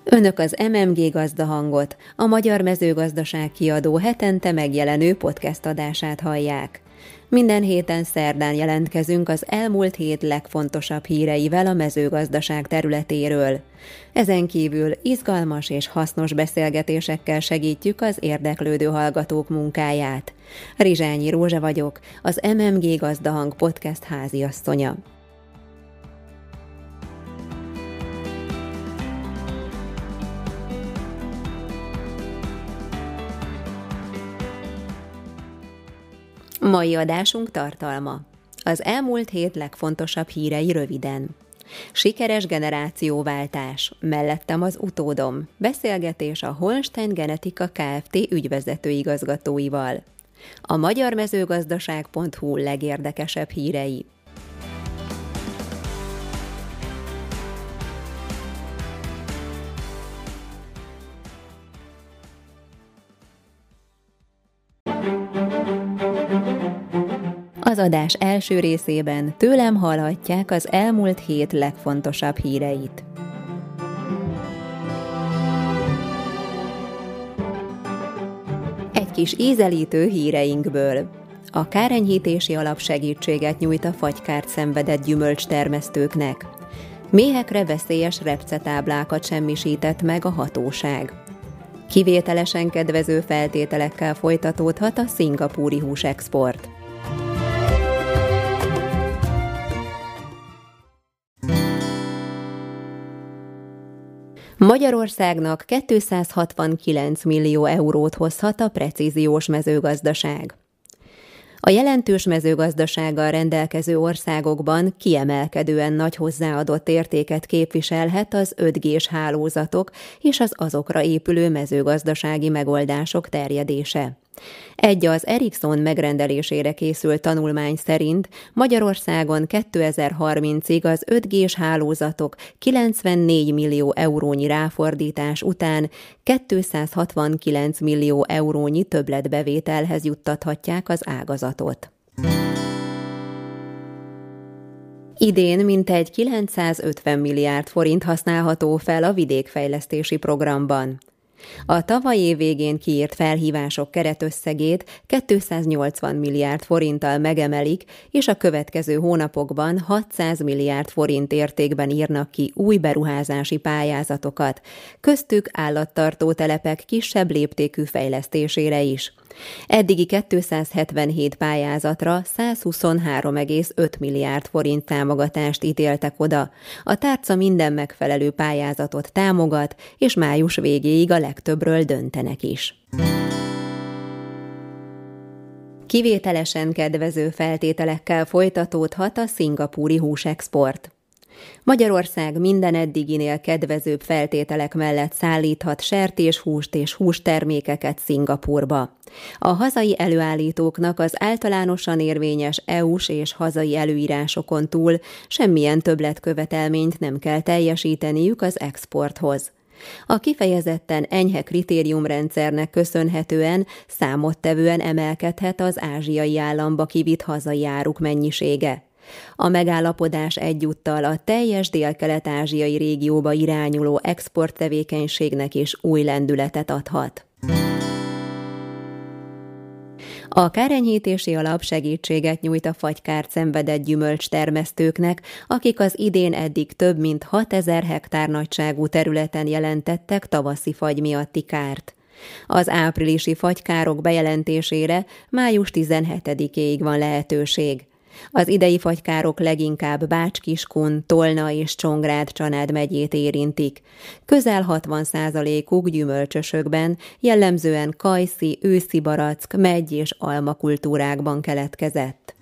Önök az MMG Gazdahangot, a Magyar Mezőgazdaság Kiadó hetente megjelenő podcast adását hallják. Minden héten szerdán jelentkezünk az elmúlt hét legfontosabb híreivel a mezőgazdaság területéről. Ezen kívül izgalmas és hasznos beszélgetésekkel segítjük az érdeklődő hallgatók munkáját. Rizsányi Rózsa vagyok, az MMG Gazdahang podcast háziasszonya. Mai adásunk tartalma. Az elmúlt hét legfontosabb hírei röviden. Sikeres generációváltás, mellettem az utódom. Beszélgetés a Holstein Genetika Kft. Ügyvezető igazgatóival. A magyarmezőgazdaság.hu legérdekesebb hírei. Az adás első részében tőlem hallhatják az elmúlt hét legfontosabb híreit. Egy kis ízelítő híreinkből. A kárenyhítési alap segítséget nyújt a fagykárt szenvedett gyümölcstermesztőknek. Méhekre veszélyes repcetáblákat semmisített meg a hatóság. Kivételesen kedvező feltételekkel folytatódhat a szingapúri húsexport. Magyarországnak 269 millió eurót hozhat a precíziós mezőgazdaság. A jelentős mezőgazdasággal rendelkező országokban kiemelkedően nagy hozzáadott értéket képviselhet az 5G-s hálózatok és az azokra épülő mezőgazdasági megoldások terjedése. Egy az Ericsson megrendelésére készült tanulmány szerint Magyarországon 2030-ig az 5G-s hálózatok 94 millió eurónyi ráfordítás után 269 millió eurónyi többletbevételhez juttathatják az ágazatot. Idén mintegy 950 milliárd forint használható fel a vidékfejlesztési programban. A tavaly év végén kiírt felhívások keretösszegét 280 milliárd forinttal megemelik, és a következő hónapokban 600 milliárd forint értékben írnak ki új beruházási pályázatokat, köztük állattartó telepek kisebb léptékű fejlesztésére is. Eddigi 277 pályázatra 123,5 milliárd forint támogatást ítéltek oda. A tárca minden megfelelő pályázatot támogat, és május végéig a legtöbbről döntenek is. Kivételesen kedvező feltételekkel folytatódhat a szingapúri húsexport. Magyarország minden eddiginél kedvezőbb feltételek mellett szállíthat sertéshúst és hústermékeket Szingapúrba. A hazai előállítóknak az általánosan érvényes EU-s és hazai előírásokon túl semmilyen többletkövetelményt nem kell teljesíteniük az exporthoz. A kifejezetten enyhe kritériumrendszernek köszönhetően számottevően emelkedhet az ázsiai államba kivitt hazai áruk mennyisége. A megállapodás egyúttal a teljes dél-kelet-ázsiai régióba irányuló exporttevékenységnek is új lendületet adhat. A kárenyhítési alap segítséget nyújt a fagykárt szenvedett gyümölcstermesztőknek, akik az idén eddig több mint 6000 hektár nagyságú területen jelentettek tavaszi fagy miatti kárt. Az áprilisi fagykárok bejelentésére május 17-éig van lehetőség. Az idei fagykárok leginkább Bács-Kiskun, Tolna és Csongrád-Csanád megyét érintik. Közel 60%-uk gyümölcsösökben, jellemzően kajszi, őszi barack, meggy és alma kultúrákban keletkezett.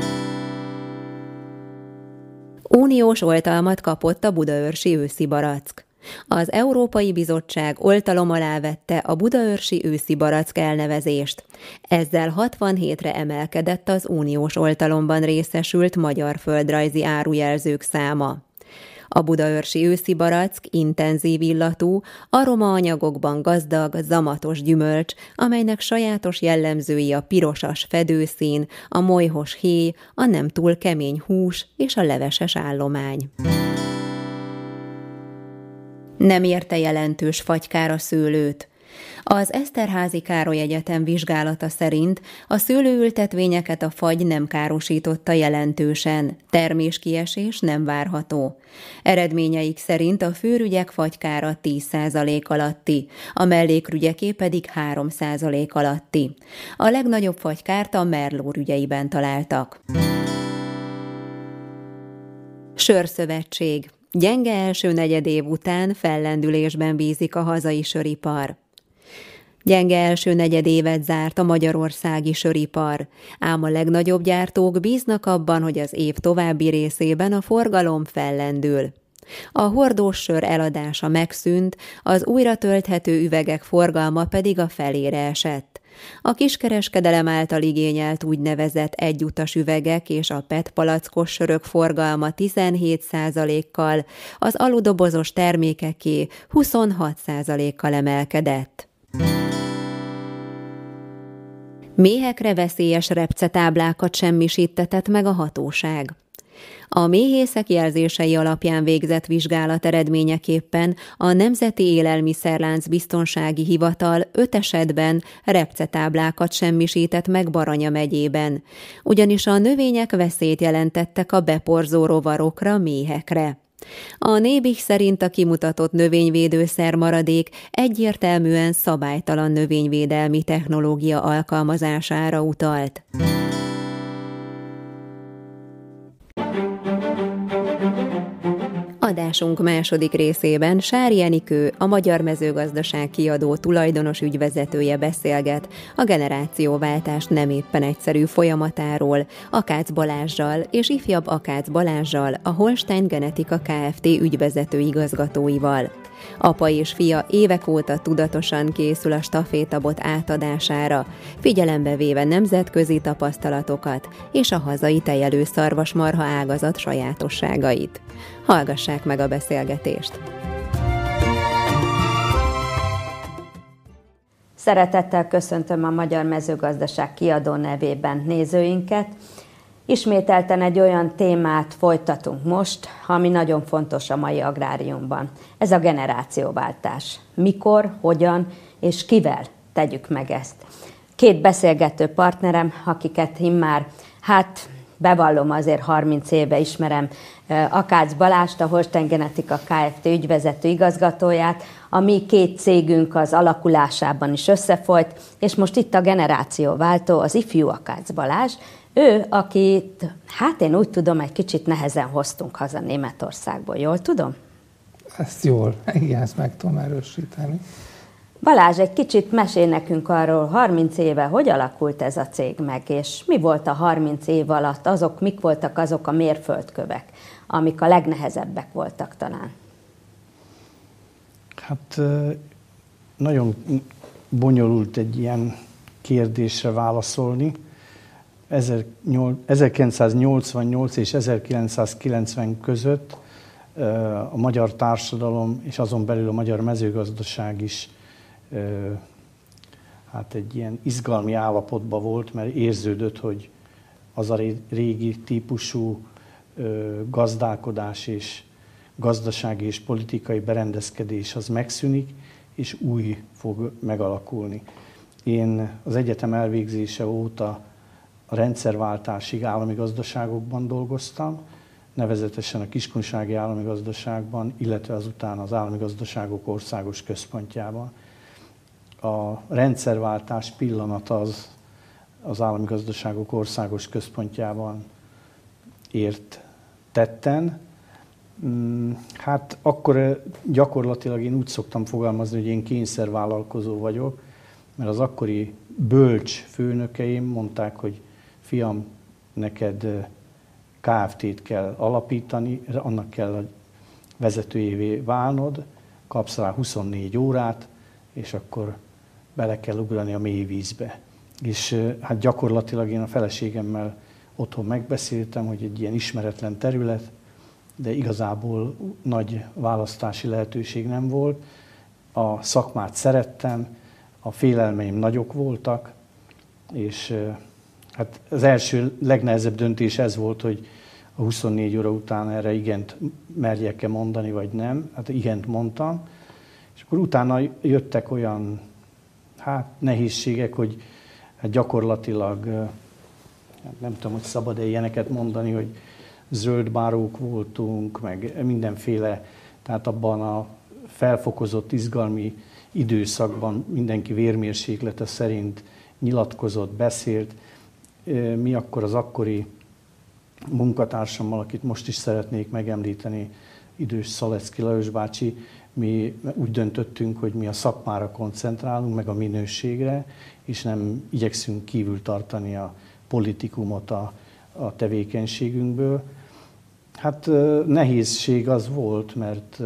Uniós oltalmat kapott a budaörsi őszi barack. Az Európai Bizottság oltalom alá vette a budaörsi őszi barack elnevezést. Ezzel 67-re emelkedett az uniós oltalomban részesült magyar földrajzi árujelzők száma. A budaörsi őszi barack intenzív illatú, aromaanyagokban gazdag, zamatos gyümölcs, amelynek sajátos jellemzői a pirosas fedőszín, a molyhos héj, a nem túl kemény hús és a leveses állomány. Nem érte jelentős fagykár a szőlőt. Az Eszterházy Károly Egyetem vizsgálata szerint a szőlőültetvényeket a fagy nem károsította jelentősen, terméskiesés nem várható. Eredményeik szerint a főrügyek fagykára 10% alatti, a mellékrügyeké pedig 3% alatti. A legnagyobb fagykárt a Merló rügyeiben találtak. Sörszövetség. Gyenge első negyedév után fellendülésben bízik a hazai söripar. Gyenge első negyedévet zárt a magyarországi söripar, ám a legnagyobb gyártók bíznak abban, hogy az év további részében a forgalom fellendül. A hordós sör eladása megszűnt, az újra tölthető üvegek forgalma pedig a felére esett. A kiskereskedelem által igényelt úgynevezett egyutas üvegek és a PET palackos sörök forgalma 17%-kal, az aludobozos termékeké 26%-kal emelkedett. Méhekre veszélyes repcetáblákat semmisítetett meg a hatóság. A méhészek jelzései alapján végzett vizsgálat eredményeképpen a Nemzeti Élelmiszerlánc Biztonsági Hivatal 5 esetben repcetáblákat semmisített meg Baranya megyében, ugyanis a növények veszélyt jelentettek a beporzó rovarokra, méhekre. A Nébih szerint a kimutatott növényvédőszer maradék egyértelműen szabálytalan növényvédelmi technológia alkalmazására utalt. Adásunk második részében Sári Enikő, a Magyar Mezőgazdaság Kiadó tulajdonos ügyvezetője beszélget a generációváltás nem éppen egyszerű folyamatáról, Akácz Balázssal és ifjabb Akácz Balázssal, a Holstein Genetika Kft. Ügyvezető igazgatóival. Apa és fia évek óta tudatosan készül a stafétabot átadására, figyelembe véve nemzetközi tapasztalatokat és a hazai tejelő szarvasmarha ágazat sajátosságait. Hallgassák meg a beszélgetést! Szeretettel köszöntöm a Magyar Mezőgazdaság Kiadó nevében nézőinket. Ismételten egy olyan témát folytatunk most, ami nagyon fontos a mai agráriumban. Ez a generációváltás. Mikor, hogyan és kivel tegyük meg ezt? 2 beszélgető partnerem, akiket immár, bevallom, azért 30 éve ismerem, Akácz Balázst, a Holstein Genetika Kft. Ügyvezető igazgatóját. A mi 2 cégünk az alakulásában is összefolyt, és most itt a generációváltó, az ifjú Akácz Balázs. Ő, akit, én úgy tudom, egy kicsit nehezen hoztunk haza Németországból, jól tudom? Ezt jól, igen, ezt meg tudom erősíteni. Balázs, egy kicsit mesél nekünk arról, 30 éve hogy alakult ez a cég meg, és mi volt a 30 év alatt, mik voltak azok a mérföldkövek, amik a legnehezebbek voltak talán? Nagyon bonyolult egy ilyen kérdésre válaszolni. 1988 és 1990 között a magyar társadalom és azon belül a magyar mezőgazdaság is egy ilyen izgalmi állapotban volt, mert érződött, hogy az a régi típusú gazdálkodás és gazdasági és politikai berendezkedés az megszűnik, és új fog megalakulni. Én az egyetem elvégzése óta a rendszerváltásig állami gazdaságokban dolgoztam, nevezetesen a Kiskunsági Állami Gazdaságban, illetve azután az Állami Gazdaságok Országos Központjában. A rendszerváltás pillanata az Állami Gazdaságok Országos Központjában ért tetten. Akkor gyakorlatilag én úgy szoktam fogalmazni, hogy én kényszervállalkozó vagyok, mert az akkori bölcs főnökeim mondták, hogy fiam, neked Kft-t kell alapítani, annak kell a vezetőjévé válnod, kapsz rá 24 órát, és akkor bele kell ugrani a mély vízbe. És gyakorlatilag én a feleségemmel otthon megbeszéltem, hogy egy ilyen ismeretlen terület, de igazából nagy választási lehetőség nem volt. A szakmát szerettem, a félelmeim nagyok voltak, és az első legnehezebb döntés ez volt, hogy a 24 óra után erre igent merjek-e mondani, vagy nem. Hát igent mondtam. És akkor utána jöttek olyan nehézségek, hogy hát gyakorlatilag, nem tudom, hogy szabad-e ilyeneket mondani, hogy zöldbárók voltunk, meg mindenféle, tehát abban a felfokozott izgalmi időszakban mindenki vérmérséklete szerint nyilatkozott, beszélt. Mi akkor az akkori munkatársammal, akit most is szeretnék megemlíteni, idős Szalecki Lajos bácsi, mi úgy döntöttünk, hogy mi a szakmára koncentrálunk, meg a minőségre, és nem igyekszünk kívül tartani a politikumot a tevékenységünkből. Hát nehézség az volt, mert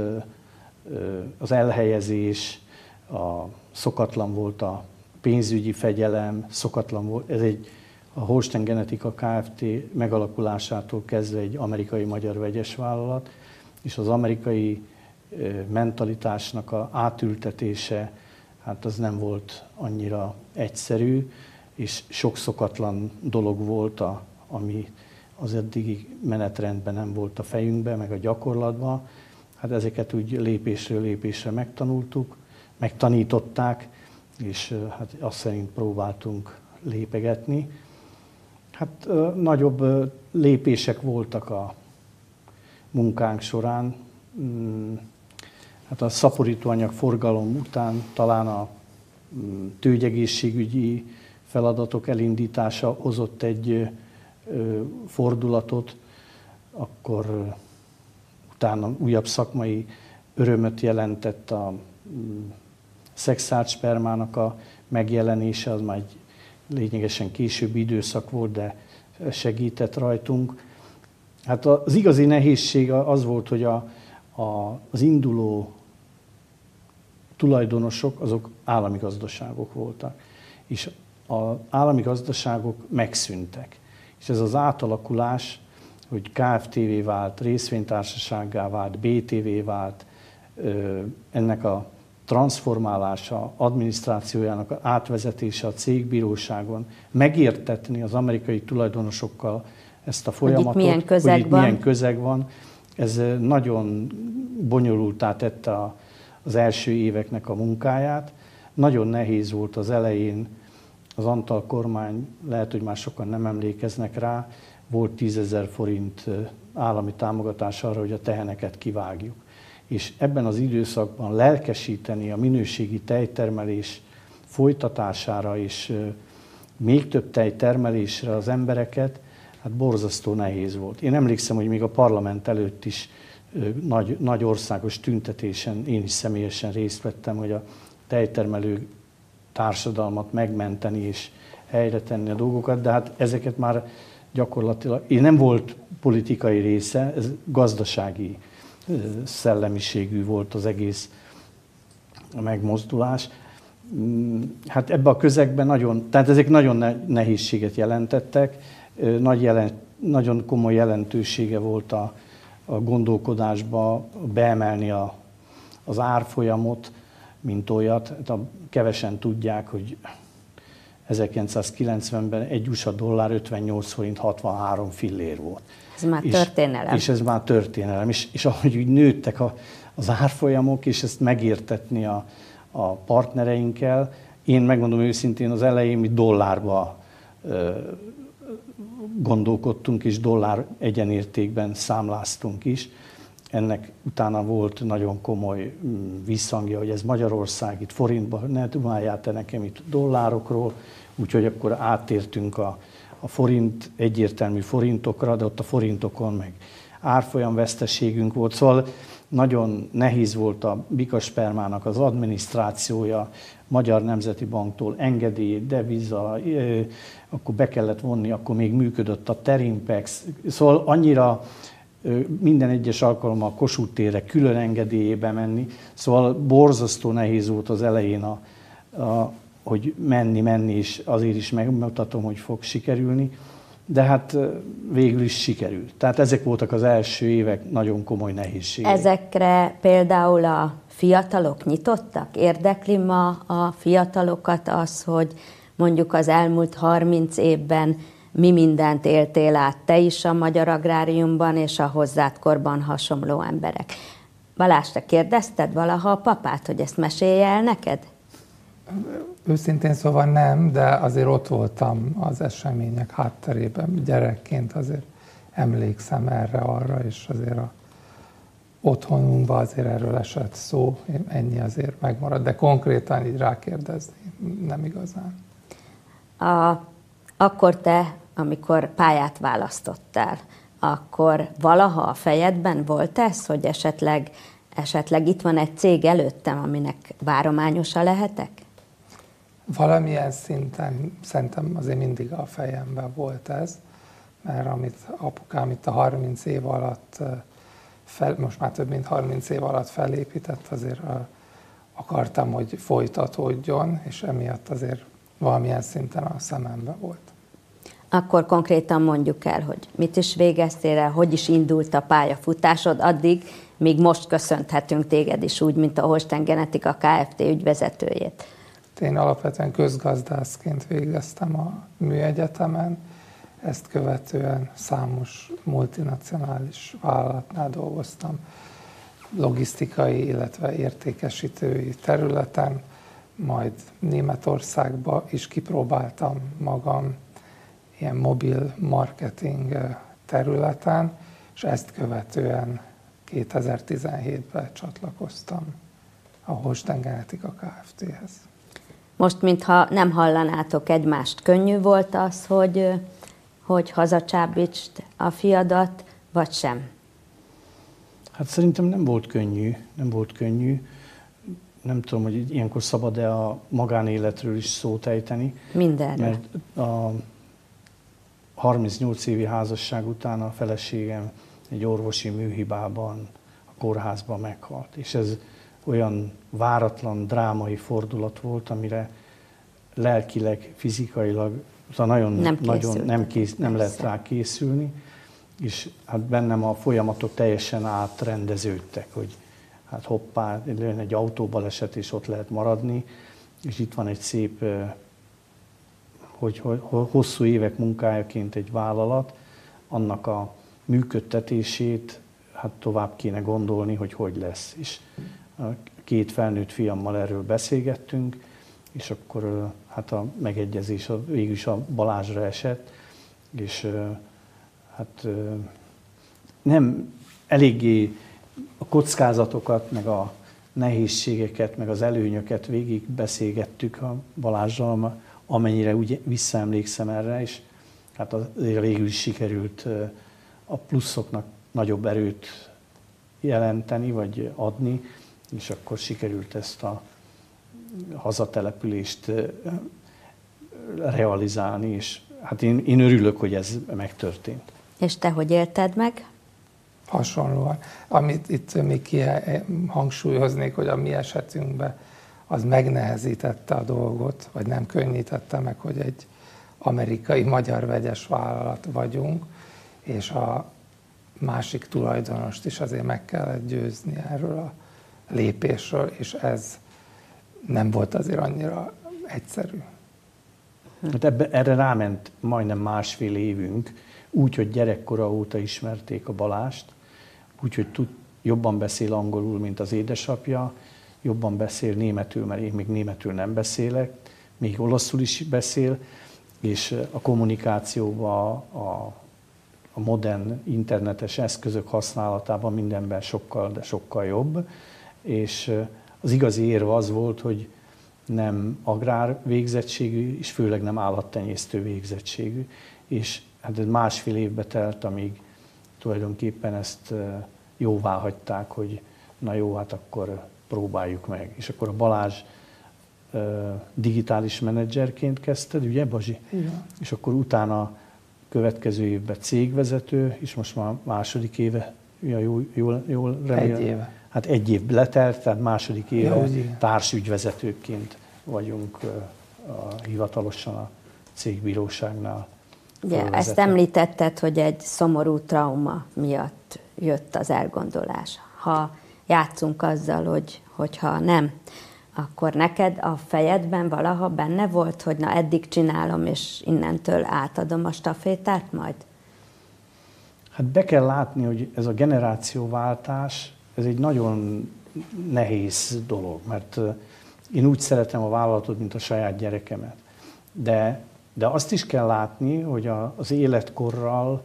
az elhelyezés, szokatlan volt a pénzügyi fegyelem, szokatlan volt, a Holstein Genetika Kft. Megalakulásától kezdve egy amerikai-magyar vegyes vállalat, és az amerikai mentalitásnak az átültetése, hát az nem volt annyira egyszerű, és sok szokatlan dolog volt, ami az eddigi menetrendben nem volt a fejünkben, meg a gyakorlatban. Hát ezeket úgy lépésről lépésre megtanították, és hát azt szerint próbáltunk lépegetni. Hát nagyobb lépések voltak a munkánk során. Hát a szaporítóanyag forgalom után talán a tőgyegészségügyi feladatok elindítása hozott egy fordulatot, akkor utána újabb szakmai örömöt jelentett a szexált spermának a megjelenése, az már egy lényegesen későbbi időszak volt, de segített rajtunk. Hát az igazi nehézség az volt, hogy az induló tulajdonosok azok állami gazdaságok voltak, és az állami gazdaságok megszűntek. És ez az átalakulás, hogy Kft-vé vált, részvénytársasággá vált, BTV vált, ennek a transformálása, adminisztrációjának átvezetése a cégbíróságon, megértetni az amerikai tulajdonosokkal ezt a folyamatot, hogy itt milyen közeg van, ez nagyon bonyolultá tette az első éveknek a munkáját. Nagyon nehéz volt az elején, az Antall kormány, lehet, hogy már sokan nem emlékeznek rá, volt 10 000 forint állami támogatás arra, hogy a teheneket kivágjuk. És ebben az időszakban lelkesíteni a minőségi tejtermelés folytatására és még több tejtermelésre az embereket, hát borzasztó nehéz volt. Én emlékszem, hogy még a parlament előtt is nagy országos tüntetésen én is személyesen részt vettem, hogy a tejtermelő társadalmat megmenteni és helyre tenni a dolgokat, de hát ezeket már gyakorlatilag, nem volt politikai része, ez gazdasági szellemiségű volt az egész megmozdulás. Hát ebben a közegben tehát ezek nagyon nehézséget jelentettek, nagyon komoly jelentősége volt a gondolkodásba beemelni az árfolyamot, mint olyat. Kevesen tudják, hogy 1990-ben egy USA dollár 58 forint 63 fillér volt. Ez már történelem. És ez már történelem. És ahogy úgy nőttek az árfolyamok, és ezt megértetni a partnereinkkel, én megmondom őszintén, az elején mi dollárba gondolkodtunk, és dollár egyenértékben számláztunk is. Ennek utána volt nagyon komoly visszhangja, hogy ez Magyarország, itt forintban, ne dumáljál te nekem itt dollárokról, úgyhogy akkor áttértünk a forint, egyértelmű forintokra, de ott a forintokon meg árfolyamveszteségünk volt. Szóval nagyon nehéz volt a bikaspermának az adminisztrációja, Magyar Nemzeti Banktól engedély, deviza, akkor be kellett vonni, akkor még működött a Terimpex. Szóval annyira minden egyes alkalommal Kossuth térre külön engedélyébe menni. Szóval borzasztó nehéz volt az elején, hogy menni, és azért is megmutatom, hogy fog sikerülni. De hát végül is sikerült. Tehát ezek voltak az első évek nagyon komoly nehézségek. Ezekre például a fiatalok nyitottak? Érdekli ma a fiatalokat az, hogy mondjuk az elmúlt 30 évben mi mindent éltél át te is a magyar agráriumban, és a hozzád korban hasonló emberek. Balázs, te kérdezted valaha a papát, hogy ezt mesélje el neked? Őszintén szóval nem, de azért ott voltam az események hátterében. Gyerekként azért emlékszem arra, és azért a otthonunkban azért erről esett szó, ennyi azért megmarad, de konkrétan így rákérdezni nem igazán. Akkor te, amikor pályát választottál, akkor valaha a fejedben volt ez, hogy esetleg itt van egy cég előttem, aminek várományosa lehetek? Valamilyen szinten szerintem azért mindig a fejemben volt ez, mert amit apukám itt a 30 év alatt, most már több mint 30 év alatt felépített, azért akartam, hogy folytatódjon, és emiatt azért valamilyen szinten a szememben volt. Akkor konkrétan mondjuk el, hogy mit is végeztél el, hogy is indult a pályafutásod addig, míg most köszönhetünk téged is úgy, mint a Holstein Genetika Kft. Ügyvezetőjét. Én alapvetően közgazdászként végeztem a műegyetemen, ezt követően számos multinacionális vállalatnál dolgoztam, logisztikai, illetve értékesítői területen, majd Németországba is kipróbáltam magam ilyen mobil marketing területen, és ezt követően 2017-ben csatlakoztam a Holstein Genetika Kft.-hez. Most, mintha nem hallanátok egymást, könnyű volt az, hogy hazacsábítsd a fiadat, vagy sem? Hát szerintem nem volt könnyű. Nem tudom, hogy ilyenkor szabad-e a magánéletről is szót ejteni. Mindenről. Mert a 38 évi házasság után a feleségem egy orvosi műhibában, a kórházban meghalt. És ez olyan váratlan, drámai fordulat volt, amire lelkileg, fizikailag nagyon nem lehet rá készülni, és hát bennem a folyamatok teljesen átrendeződtek, hogy hát hoppá, lőn egy autóbaleset, és ott lehet maradni, és itt van egy szép, hogy hosszú évek munkájaként egy vállalat, annak a működtetését hát tovább kéne gondolni, hogy lesz. És a két felnőtt fiammal erről beszélgettünk, és akkor hát a megegyezés végül is a Balázsra esett, és hát nem eléggé a kockázatokat, meg a nehézségeket, meg az előnyöket végig beszélgettük a Balázsral, amennyire úgy visszaemlékszem erre, és hát végül is sikerült a pluszoknak nagyobb erőt jelenteni, vagy adni, és akkor sikerült ezt a hazatelepülést realizálni, és hát én örülök, hogy ez megtörtént. És te hogy élted meg? Hasonlóan. Amit itt még hangsúlyoznék, hogy a mi esetünkben az megnehezítette a dolgot, vagy nem könnyítette meg, hogy egy amerikai-magyar vegyes vállalat vagyunk, és a másik tulajdonost is azért meg kellett győzni erről a lépésről, és ez nem volt azért annyira egyszerű. Hát erre ráment majdnem másfél évünk, úgy, hogy gyerekkora óta ismerték a Balást, úgyhogy jobban beszél angolul, mint az édesapja, jobban beszél németül, mert én még németül nem beszélek, még olaszul is beszél, és a kommunikációban, a modern internetes eszközök használatában mindenben sokkal, de sokkal jobb. És az igazi érv az volt, hogy nem agrár végzettségű, és főleg nem állattenyésztő végzettségű. És hát ez másfél évbe telt, amíg tulajdonképpen ezt jóvá hagyták, hogy na jó, hát akkor próbáljuk meg. És akkor a Balázs digitális menedzserként kezdted, ugye Bazsi? Igen. És akkor utána következő évben cégvezető, és most már második éve, jól remélem. Egy éve. Hát egy év letelt, tehát második éve társügyvezetőként vagyunk hivatalosan a cégbíróságnál. Ugye, ezt említetted, hogy egy szomorú trauma miatt jött az elgondolás. Ha játszunk azzal, hogyha nem akkor neked a fejedben valaha benne volt, hogy na eddig csinálom, és innentől átadom a stafétát majd? Hát be kell látni, hogy ez a generációváltás, ez egy nagyon nehéz dolog, mert én úgy szeretem a vállalatot, mint a saját gyerekemet. De azt is kell látni, hogy az életkorral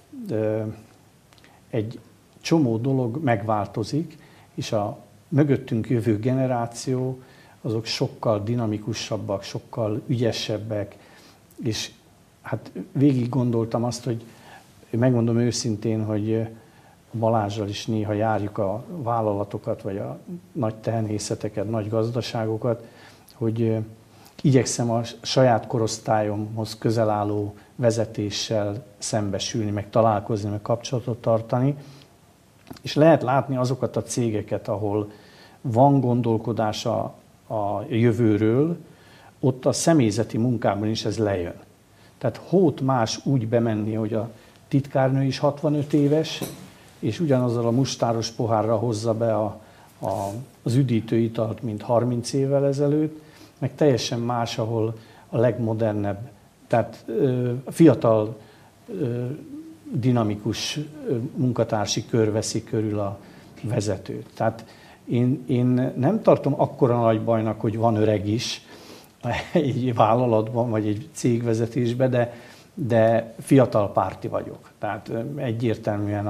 egy csomó dolog megváltozik, és a mögöttünk jövő generáció, azok sokkal dinamikusabbak, sokkal ügyesebbek, és hát végig gondoltam azt, hogy megmondom őszintén, hogy Balázsral is néha járjuk a vállalatokat, vagy a nagy tehenészeteket, nagy gazdaságokat, hogy igyekszem a saját korosztályomhoz közel álló vezetéssel szembesülni, meg találkozni, meg kapcsolatot tartani, és lehet látni azokat a cégeket, ahol van gondolkodás a jövőről, ott a személyzeti munkában is ez lejön. Tehát hót más úgy bemenni, hogy a titkárnő is 65 éves, és ugyanazzal a mustáros pohárra hozza be az üdítőitalt, mint 30 évvel ezelőtt, meg teljesen más, ahol a legmodernebb, tehát fiatal, dinamikus munkatársi kör veszi körül a vezetőt. Tehát én nem tartom akkora nagy bajnak, hogy van öreg is egy vállalatban, vagy egy cégvezetésben, de fiatal párti vagyok. Tehát egyértelműen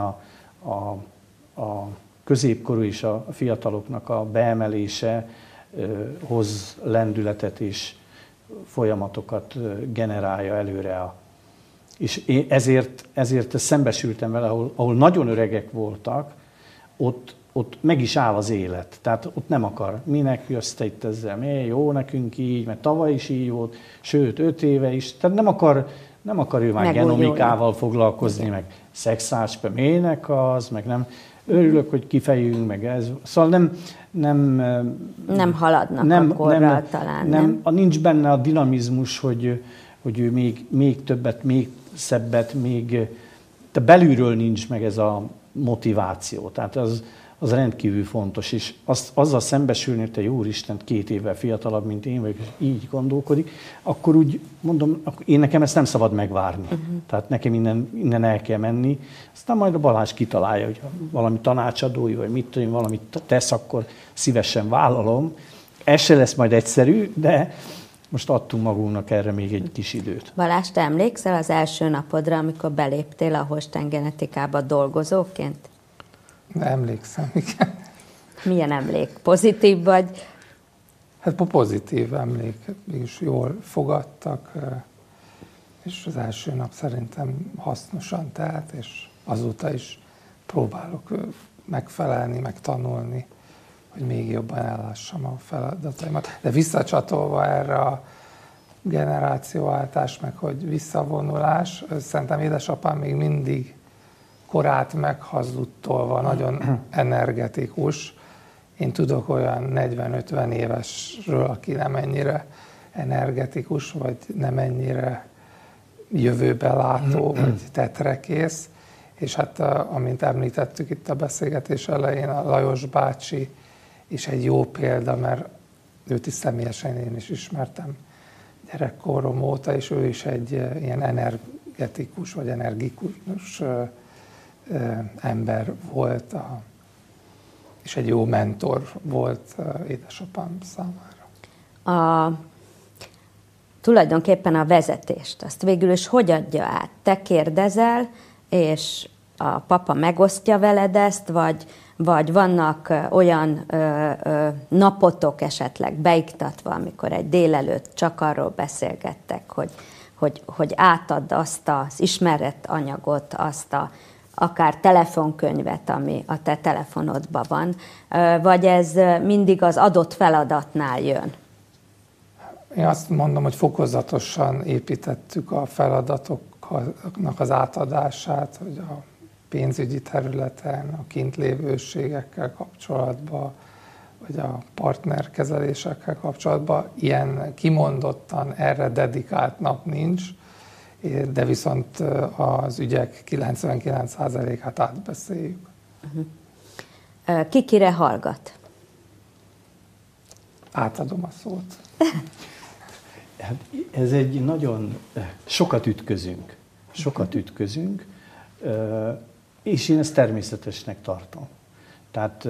a középkorú és a fiataloknak a beemelése hoz lendületet és folyamatokat generálja előre. És én ezért szembesültem vele, ahol nagyon öregek voltak, ott meg is áll az élet. Tehát ott nem akar, minek jössz te itt ezzel, jó nekünk így, mert tavaly is így volt, sőt 5 éve is. Tehát nem akar ő már genomikával foglalkozni, meg szexárspe, minek az, meg nem. Örülök, hogy kifejünk, meg ez. Szóval nem haladnak akkorral talán. Nincs benne a dinamizmus, hogy ő még többet, még szebbet, de belülről nincs meg ez a motiváció. Tehát az rendkívül fontos. És azzal szembesülni, hogy te Úristen 2 évvel fiatalabb, mint én vagyok, és így gondolkodik, akkor úgy mondom, én nekem ezt nem szabad megvárni. Tehát nekem innen el kell menni. Aztán majd a Balázs kitalálja, hogy valami tanácsadói, vagy mit tudom, valamit tesz, akkor szívesen vállalom. Ez se lesz majd egyszerű, de most adtunk magunknak erre még egy kis időt. Balázs, te emlékszel az első napodra, amikor beléptél a Holstein Genetikába dolgozóként? Emlékszem, igen. Milyen emlék? Pozitív vagy? Hát pozitív emlék, és jól fogadtak, és az első nap szerintem hasznosan telt, és azóta is próbálok megfelelni, megtanulni, hogy még jobban ellássam a feladataimat. De visszacsatolva erre a generációváltás, meg hogy visszavonulás, szerintem édesapám még mindig korát meghazudtolva, nagyon energetikus. Én tudok olyan 40-50 évesről, aki nem ennyire energetikus, vagy nem ennyire jövőbe látó, vagy tetrekész. És hát, amint említettük itt a beszélgetés elején, a Lajos bácsi is egy jó példa, mert őt is személyesen én is ismertem gyerekkorom óta, és ő is egy ilyen energetikus, vagy energikus ember volt, és egy jó mentor volt édesapám számára. Tulajdonképpen a vezetést, azt végül is hogy adja át? Te kérdezel, és a papa megosztja veled ezt, vagy vannak olyan napotok esetleg beiktatva, amikor egy délelőtt csak arról beszélgettek, hogy átadd azt az ismeretanyagot, azt akár telefonkönyvet, ami a te telefonodban van, vagy ez mindig az adott feladatnál jön? Én azt mondom, hogy fokozatosan építettük a feladatoknak az átadását, hogy a pénzügyi területen, a kintlévőségekkel kapcsolatban, vagy a partnerkezelésekkel kapcsolatban ilyen kimondottan erre dedikált nap nincs, de viszont az ügyek 99%-át átbeszéljük. Ki kire hallgat? átadom a szót. Hát ez egy nagyon... Sokat ütközünk, és én ezt természetesnek tartom. Tehát,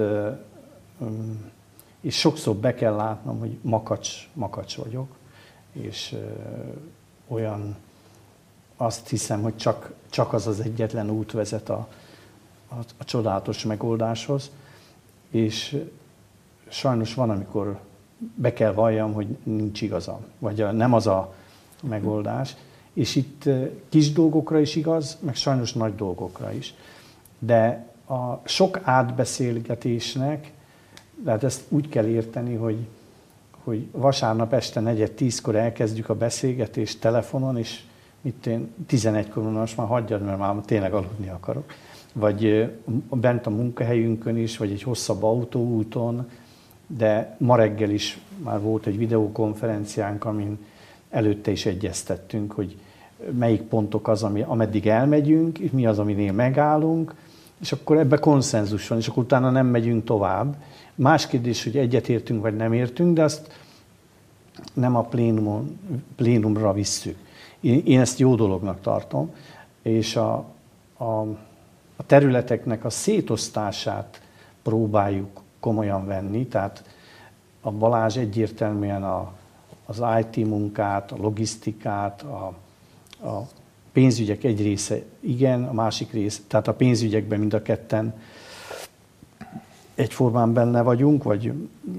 és sokszor be kell látnom, hogy makacs vagyok, és olyan, azt hiszem, hogy csak az az egyetlen út vezet a csodálatos megoldáshoz, és sajnos van, amikor be kell valljam, hogy nincs igazam, vagy nem az a megoldás. És itt kis dolgokra is igaz, meg sajnos nagy dolgokra is. De a sok átbeszélgetésnek, tehát ezt úgy kell érteni, hogy vasárnap este 9:10-kor elkezdjük a beszélgetést telefonon, és én 11-kor most már hagyjad, mert már tényleg aludni akarok. Vagy bent a munkahelyünkön is, vagy egy hosszabb autóúton, de ma reggel is már volt egy videokonferenciánk, amin előtte is egyeztettünk, hogy melyik pontok az, ameddig elmegyünk, és mi az, aminél megállunk, és akkor ebbe konszenzus van, és akkor utána nem megyünk tovább. Más kérdés, hogy egyetértünk, vagy nem értünk, de azt nem a plénumra visszük. Én ezt jó dolognak tartom, és a területeknek a szétosztását próbáljuk komolyan venni, tehát a Balázs egyértelműen az IT munkát, a logisztikát, a pénzügyek egy része igen, a másik rész, tehát a pénzügyekben mind a ketten egyformán benne vagyunk, vagy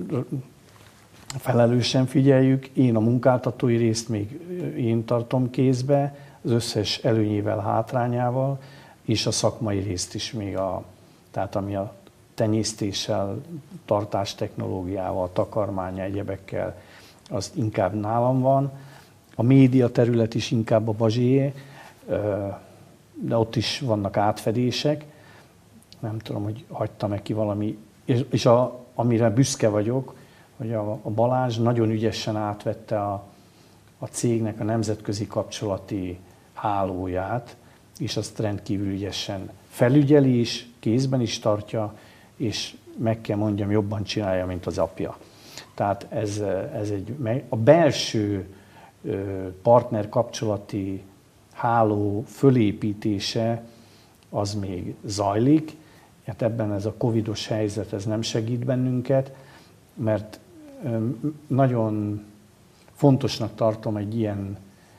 felelősen figyeljük. Én a munkáltatói részt még én tartom kézbe, az összes előnyével, hátrányával, és a szakmai részt is még, tehát ami a tenyésztéssel, tartástechnológiával, takarmánya, egyebekkel, az inkább nálam van. A média terület is inkább a Bazsié, de ott is vannak átfedések. Nem tudom, hogy hagytam-e ki valami. És amire büszke vagyok, hogy a Balázs nagyon ügyesen átvette a cégnek a nemzetközi kapcsolati hálóját, és azt rendkívül ügyesen felügyeli is, kézben is tartja, és meg kell mondjam, jobban csinálja, mint az apja. Tehát a belső partner kapcsolati háló fölépítése az még zajlik. Hát ebben ez a covidos helyzet ez nem segít bennünket, mert nagyon fontosnak tartom egy ilyen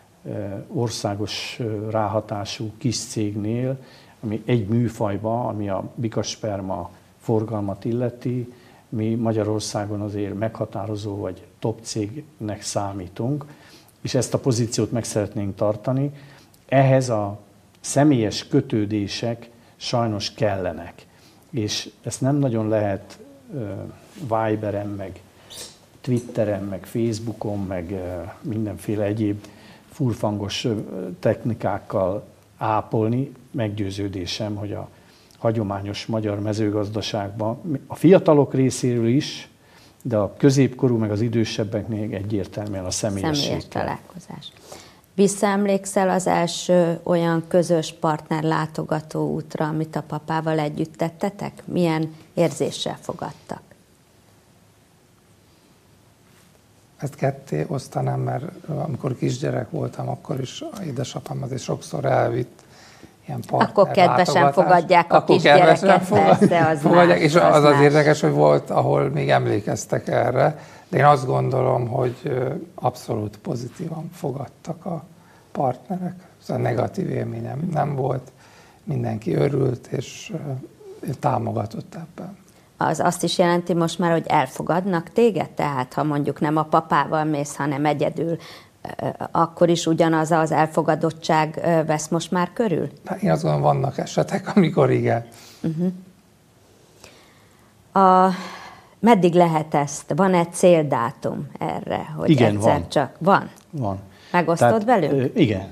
országos ráhatású kis cégnél, ami egy műfajba, ami a bikasperma forgalmat illeti, mi Magyarországon azért meghatározó vagy top cégnek számítunk, és ezt a pozíciót meg szeretnénk tartani. Ehhez a személyes kötődések sajnos kellenek, és ezt nem nagyon lehet Viberen, meg Twitteren, meg Facebookon, meg mindenféle egyéb furfangos technikákkal ápolni. Meggyőződésem, hogy a hagyományos magyar mezőgazdaságban a fiatalok részéről is, de a középkorú, meg az idősebbeknél egyértelműen a személyes találkozás. Visszaemlékszel az első olyan közös partner látogató útra, amit a papával együtt tettetek? Milyen érzéssel fogadtak? Ezt ketté osztanám, mert amikor kisgyerek voltam, akkor is édesapám azért sokszor elvitt ilyen partner akkor kedvesen fogadják a kisgyereket, persze, az fogadják, és az érdekes, hogy volt, ahol még emlékeztek erre, de én azt gondolom, hogy abszolút pozitívan fogadtak a partnerek. Szóval negatív élményem nem volt, mindenki örült, és támogatott ebben. Az azt is jelenti most már, hogy elfogadnak téged? Tehát ha mondjuk nem a papával mész, hanem egyedül, akkor is ugyanaz az elfogadottság vesz most már körül? Én azt gondolom, vannak esetek, amikor igen. Meddig lehet ezt? Van-e céldátum erre? Hogy igen, egyszer van. Csak van? Van. Megosztod velünk? Igen.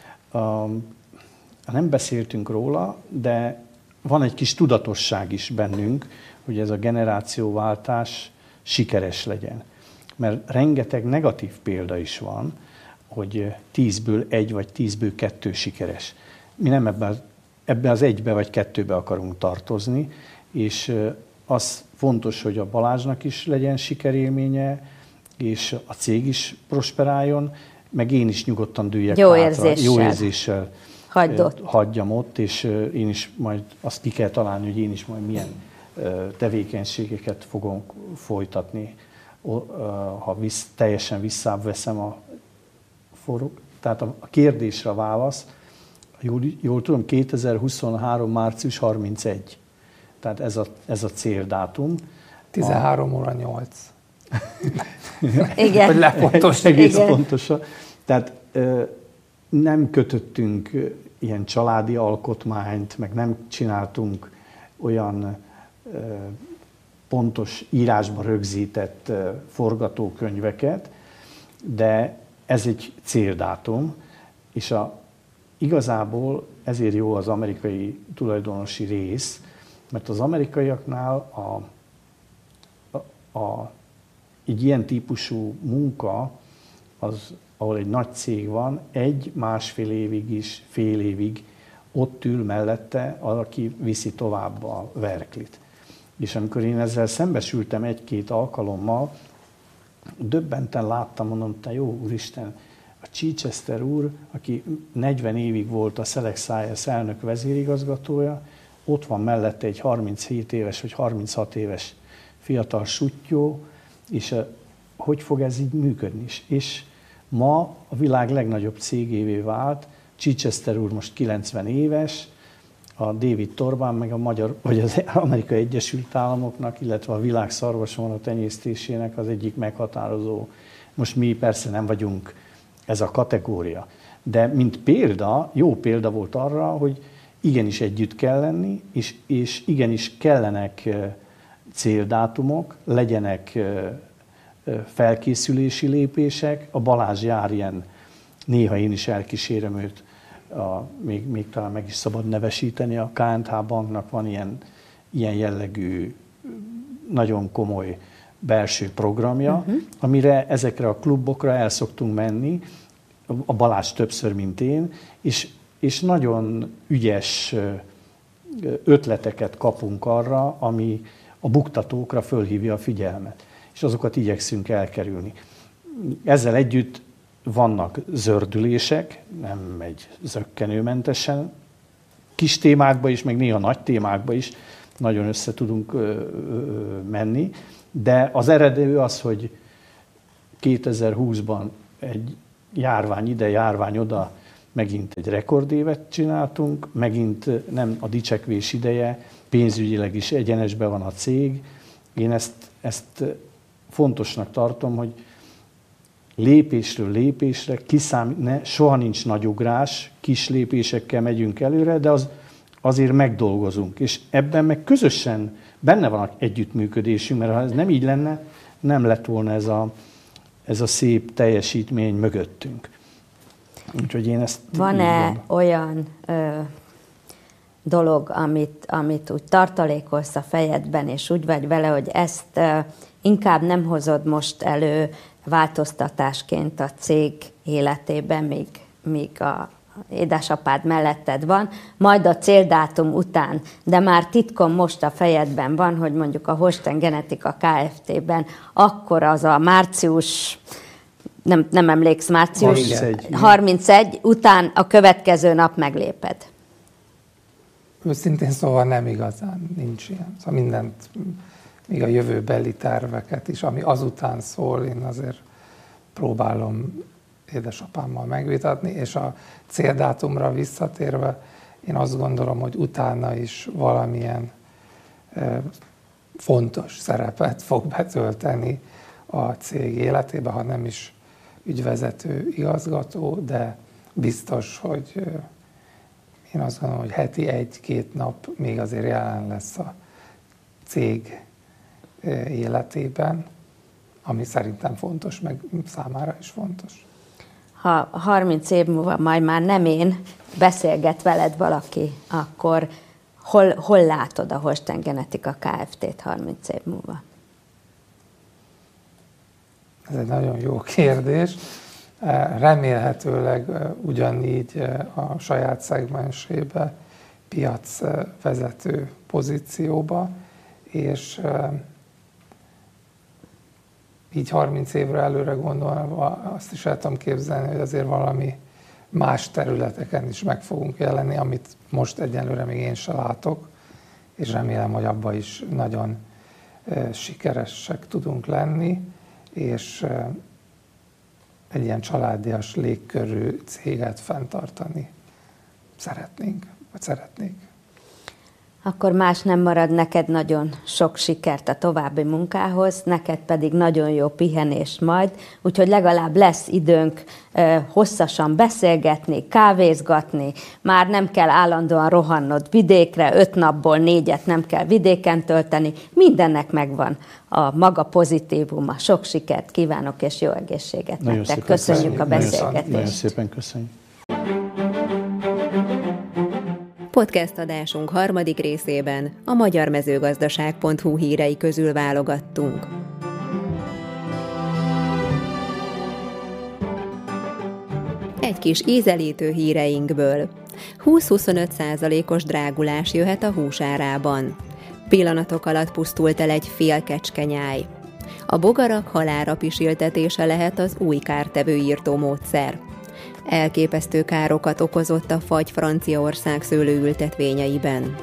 Nem beszéltünk róla, de van egy kis tudatosság is bennünk, hogy ez a generációváltás sikeres legyen. Mert rengeteg negatív példa is van, hogy 10-ből 1 vagy 10-ből 2 sikeres. Mi nem ebbe az 1-be vagy 2-be akarunk tartozni, és az fontos, hogy a Balázsnak is legyen sikerélménye, és a cég is prosperáljon, meg én is nyugodtan dőljek jó hátra. Érzéssel. Jó érzéssel hagyjam ott, és én is majd azt ki kell találni, hogy én is majd milyen tevékenységeket fogok folytatni, ha teljesen visszaveszem a forró. Tehát a kérdésre a válasz, jól tudom, 2023. március 31. Tehát ez a céldátum. 13 óra 8. Igen. Hogy lepontos. Egész pontosan. Tehát nem kötöttünk ilyen családi alkotmányt, meg nem csináltunk olyan pontos írásba rögzített forgatókönyveket, de ez egy céldátum, és igazából ezért jó az amerikai tulajdonosi rész, mert az amerikaiaknál egy ilyen típusú munka, ahol egy nagy cég van, 1-1,5 évig is, fél évig ott ül mellette, aki viszi tovább a verklit. És amikor én ezzel szembesültem 1-2 alkalommal, döbbenten láttam, mondom, te jó Úristen, a Chichester úr, aki 40 évig volt a Select Science elnök vezérigazgatója, ott van mellette egy 37 éves vagy 36 éves fiatal suttyó, és hogy fog ez így működni? És ma a világ legnagyobb cégévé vált, Chichester úr most 90 éves, a David Torbán meg az Amerikai Egyesült Államoknak, illetve a világ szarvasmarha tenyésztésének az egyik meghatározó. Most mi persze nem vagyunk ez a kategória, de mint példa, jó példa volt arra, hogy igenis együtt kell lenni, és igenis kellenek céldátumok, legyenek felkészülési lépések. A Balázs jár ilyen, néha én is elkísérem őt, még talán meg is szabad nevesíteni, a KNH Banknak van ilyen jellegű, nagyon komoly belső programja, amire ezekre a klubokra el szoktunk menni, a Balázs többször, mint én, és nagyon ügyes ötleteket kapunk arra, ami a buktatókra fölhívja a figyelmet, és azokat igyekszünk elkerülni. Ezzel együtt vannak zördülések, nem megy zökkenőmentesen, kis témákba is, meg néha nagy témákba is nagyon össze tudunk menni, de az eredő az, hogy 2020-ban egy járvány ide, járvány oda, megint egy rekordévet csináltunk, megint nem a dicsekvés ideje, pénzügyileg is egyenesben van a cég. Én ezt fontosnak tartom, hogy lépésről lépésre, soha nincs nagy ugrás, kis lépésekkel megyünk előre, de azért megdolgozunk. És ebben meg közösen benne van együttműködésünk, mert ha ez nem így lenne, nem lett volna ez a szép teljesítmény mögöttünk. Úgyhogy én ezt van-e olyan dolog, amit úgy tartalékolsz a fejedben, és úgy vagy vele, hogy ezt inkább nem hozod most elő változtatásként a cég életében, míg a édesapád melletted van, majd a céldátum után, de már titkon most a fejedben van, hogy mondjuk a Holstein Genetika Kft-ben akkor az a március, nem emléksz, március 31 után a következő nap megléped. Őszintén szóval nem igazán, nincs ilyen. Szóval mindent, még a jövőbeli terveket is, ami azután szól, én azért próbálom édesapámmal megvitatni, és a céldátumra visszatérve, én azt gondolom, hogy utána is valamilyen fontos szerepet fog betölteni a cég életébe, ha nem is ügyvezető igazgató, de biztos, hogy én azt gondolom, hogy heti 1-2 nap még azért jelen lesz a cég életében, ami szerintem fontos, meg számára is fontos. Ha 30 év múlva majd már nem én, beszélget veled valaki, akkor hol látod a Holstein Genetika Kft-t 30 év múlva? Ez egy nagyon jó kérdés. Remélhetőleg ugyanígy a saját szegmensébe, piacvezető pozícióba, és így 30 évre előre gondolva azt is el tudom képzelni, hogy azért valami más területeken is meg fogunk jelenni, amit most egyelőre még én sem látok, és remélem, hogy abban is nagyon sikeresek tudunk lenni, és egy ilyen családias légkörű céget fenntartani szeretnénk, vagy szeretnék. Akkor más nem marad, neked nagyon sok sikert a további munkához, neked pedig nagyon jó pihenés majd, úgyhogy legalább lesz időnk hosszasan beszélgetni, kávézgatni, már nem kell állandóan rohannod vidékre, 5 napból 4-et nem kell vidéken tölteni, mindennek megvan a maga pozitívuma. Sok sikert kívánok, és jó egészséget nektek. Köszönjük a beszélgetést. Nagyon szépen köszönjük. Podcast adásunk harmadik részében a magyarmezőgazdaság.hu hírei közül válogattunk. Egy kis ízelítő híreinkből. 20-25%-os drágulás jöhet a hús árában. Pillanatok alatt pusztult el egy fél kecskenyáj. A bogarak halálra pisiltetése lehet az új kártevő írtó módszer. Elképesztő károkat okozott a fagy Franciaország szőlőültetvényeiben.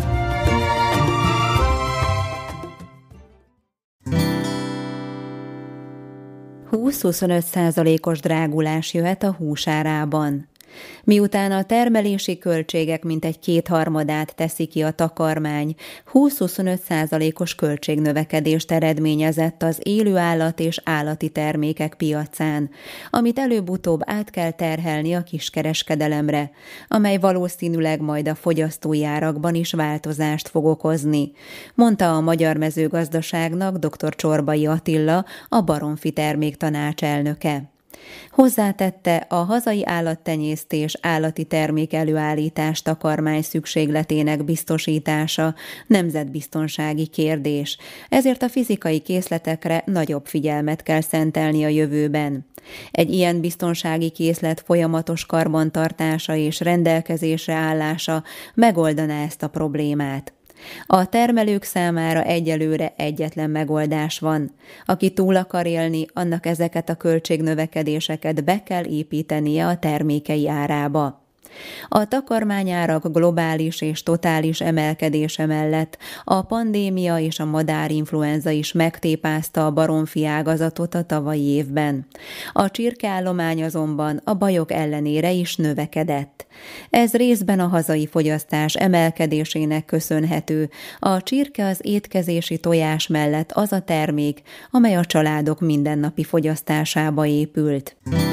...20-25%-os drágulás jöhet a hús árában. Miután a termelési költségek mintegy 2/3 teszi ki a takarmány, 20-25%-os költségnövekedést eredményezett az élőállat és állati termékek piacán, amit előbb-utóbb át kell terhelni a kiskereskedelemre, amely valószínűleg majd a fogyasztói árakban is változást fog okozni, mondta a Magyar Mezőgazdaságnak dr. Csorbai Attila, a Baromfi Terméktanács elnöke. Hozzátette, a hazai állattenyésztés, állati termék előállítás takarmány szükségletének biztosítása nemzetbiztonsági kérdés, ezért a fizikai készletekre nagyobb figyelmet kell szentelni a jövőben. Egy ilyen biztonsági készlet folyamatos karbantartása és rendelkezésre állása megoldaná ezt a problémát. A termelők számára egyelőre egyetlen megoldás van. Aki túl akar élni, annak ezeket a költségnövekedéseket be kell építenie a termékei árába. A takarmányárak globális és totális emelkedése mellett a pandémia és a madárinfluenza is megtépázta a baromfi ágazatot a tavalyi évben. A csirkeállomány azonban a bajok ellenére is növekedett. Ez részben a hazai fogyasztás emelkedésének köszönhető. A csirke az étkezési tojás mellett az a termék, amely a családok mindennapi fogyasztásába épült.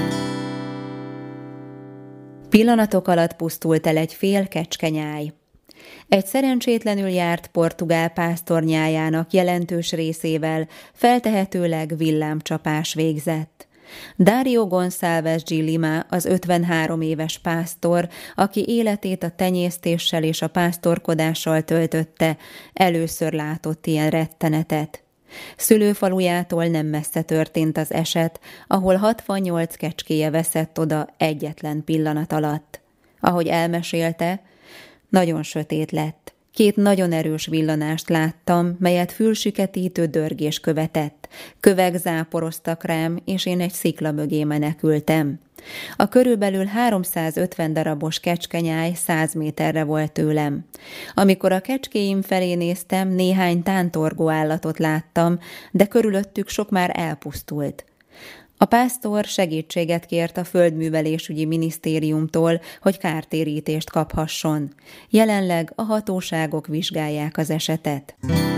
Pillanatok alatt pusztult el egy fél kecskenyáj. Egy szerencsétlenül járt portugál pásztornyájának jelentős részével feltehetőleg villámcsapás végzett. Dario Gonçalves de Lima, az 53 éves pásztor, aki életét a tenyésztéssel és a pásztorkodással töltötte, először látott ilyen rettenetet. Szülőfalujától nem messze történt az eset, ahol 68 kecskéje veszett oda egyetlen pillanat alatt. Ahogy elmesélte, nagyon sötét lett. 2 nagyon erős villanást láttam, melyet fülsüketítő dörgés követett. Kövek záporoztak rám, és én egy szikla mögé menekültem. A körülbelül 350 darabos kecskenyáj 100 méterre volt tőlem. Amikor a kecskéim felé néztem, néhány tántorgó állatot láttam, de körülöttük sok már elpusztult. A pásztor segítséget kért a Földművelésügyi Minisztériumtól, hogy kártérítést kaphasson. Jelenleg a hatóságok vizsgálják az esetet.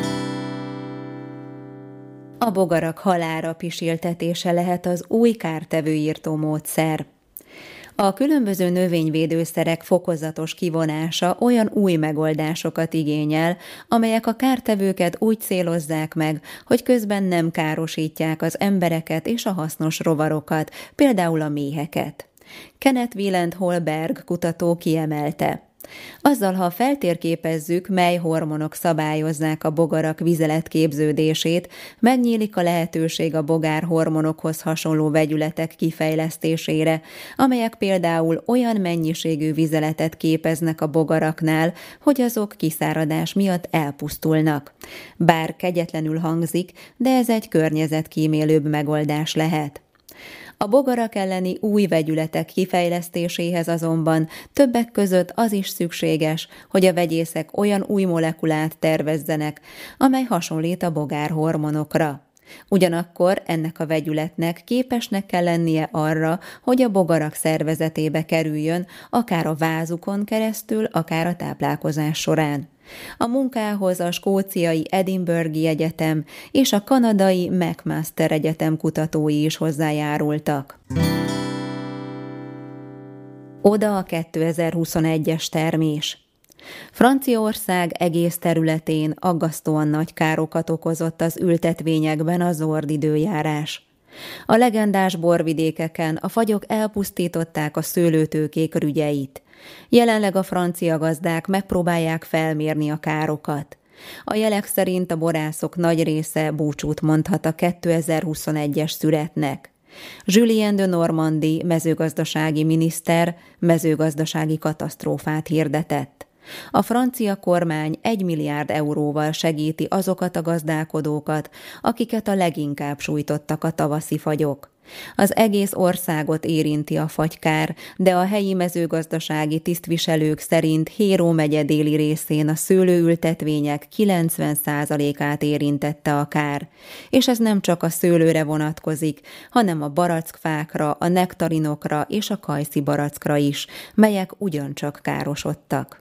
A bogarak halálra pisiltetése lehet az új kártevőírtó módszer. A különböző növényvédőszerek fokozatos kivonása olyan új megoldásokat igényel, amelyek a kártevőket úgy célozzák meg, hogy közben nem károsítják az embereket és a hasznos rovarokat, például a méheket. Kenneth Wieland Holberg kutató kiemelte. Azzal, ha feltérképezzük, mely hormonok szabályozzák a bogarak vizeletképződését, megnyílik a lehetőség a bogár hormonokhoz hasonló vegyületek kifejlesztésére, amelyek például olyan mennyiségű vizeletet képeznek a bogaraknál, hogy azok kiszáradás miatt elpusztulnak. Bár kegyetlenül hangzik, de ez egy környezetkímélőbb megoldás lehet. A bogarak elleni új vegyületek kifejlesztéséhez azonban többek között az is szükséges, hogy a vegyészek olyan új molekulát tervezzenek, amely hasonlít a bogár hormonokra. Ugyanakkor ennek a vegyületnek képesnek kell lennie arra, hogy a bogarak szervezetébe kerüljön, akár a vázukon keresztül, akár a táplálkozás során. A munkához a skóciai Edinburghi Egyetem és a kanadai McMaster Egyetem kutatói is hozzájárultak. Oda a 2021-es termés. Franciaország egész területén aggasztóan nagy károkat okozott az ültetvényekben a zord időjárás. A legendás borvidékeken a fagyok elpusztították a szőlőtőkék rügyeit. Jelenleg a francia gazdák megpróbálják felmérni a károkat. A jelek szerint a borászok nagy része búcsút mondhat a 2021-es szüretnek. Julien de Normandie mezőgazdasági miniszter mezőgazdasági katasztrófát hirdetett. A francia kormány 1 milliárd euróval segíti azokat a gazdálkodókat, akiket a leginkább sújtottak a tavaszi fagyok. Az egész országot érinti a fagykár, de a helyi mezőgazdasági tisztviselők szerint Hérault megye déli részén a szőlőültetvények 90%-át érintette a kár. És ez nem csak a szőlőre vonatkozik, hanem a barackfákra, a nektarinokra és a kajszi barackra is, melyek ugyancsak károsodtak.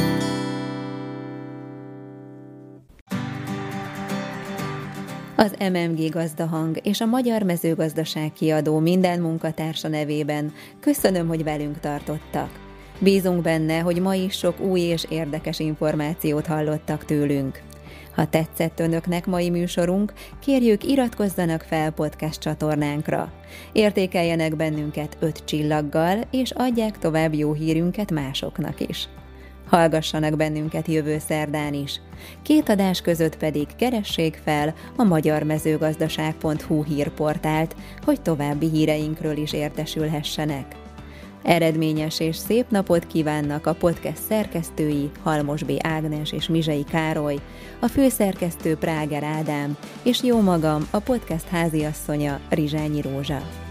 Az MMG Gazdahang és a Magyar Mezőgazdaság Kiadó minden munkatársa nevében köszönöm, hogy velünk tartottak. Bízunk benne, hogy ma is sok új és érdekes információt hallottak tőlünk. Ha tetszett önöknek mai műsorunk, kérjük, iratkozzanak fel podcast csatornánkra. Értékeljenek bennünket 5 csillaggal, és adják tovább jó hírünket másoknak is. Hallgassanak bennünket jövő szerdán is. 2 adás között pedig keressék fel a magyarmezőgazdaság.hu hírportált, hogy további híreinkről is értesülhessenek. Eredményes és szép napot kívánnak a podcast szerkesztői Halmos B. Ágnes és Mizsei Károly, a főszerkesztő Práger Ádám, és jó magam, a podcast háziasszonya Rizsányi Rózsa.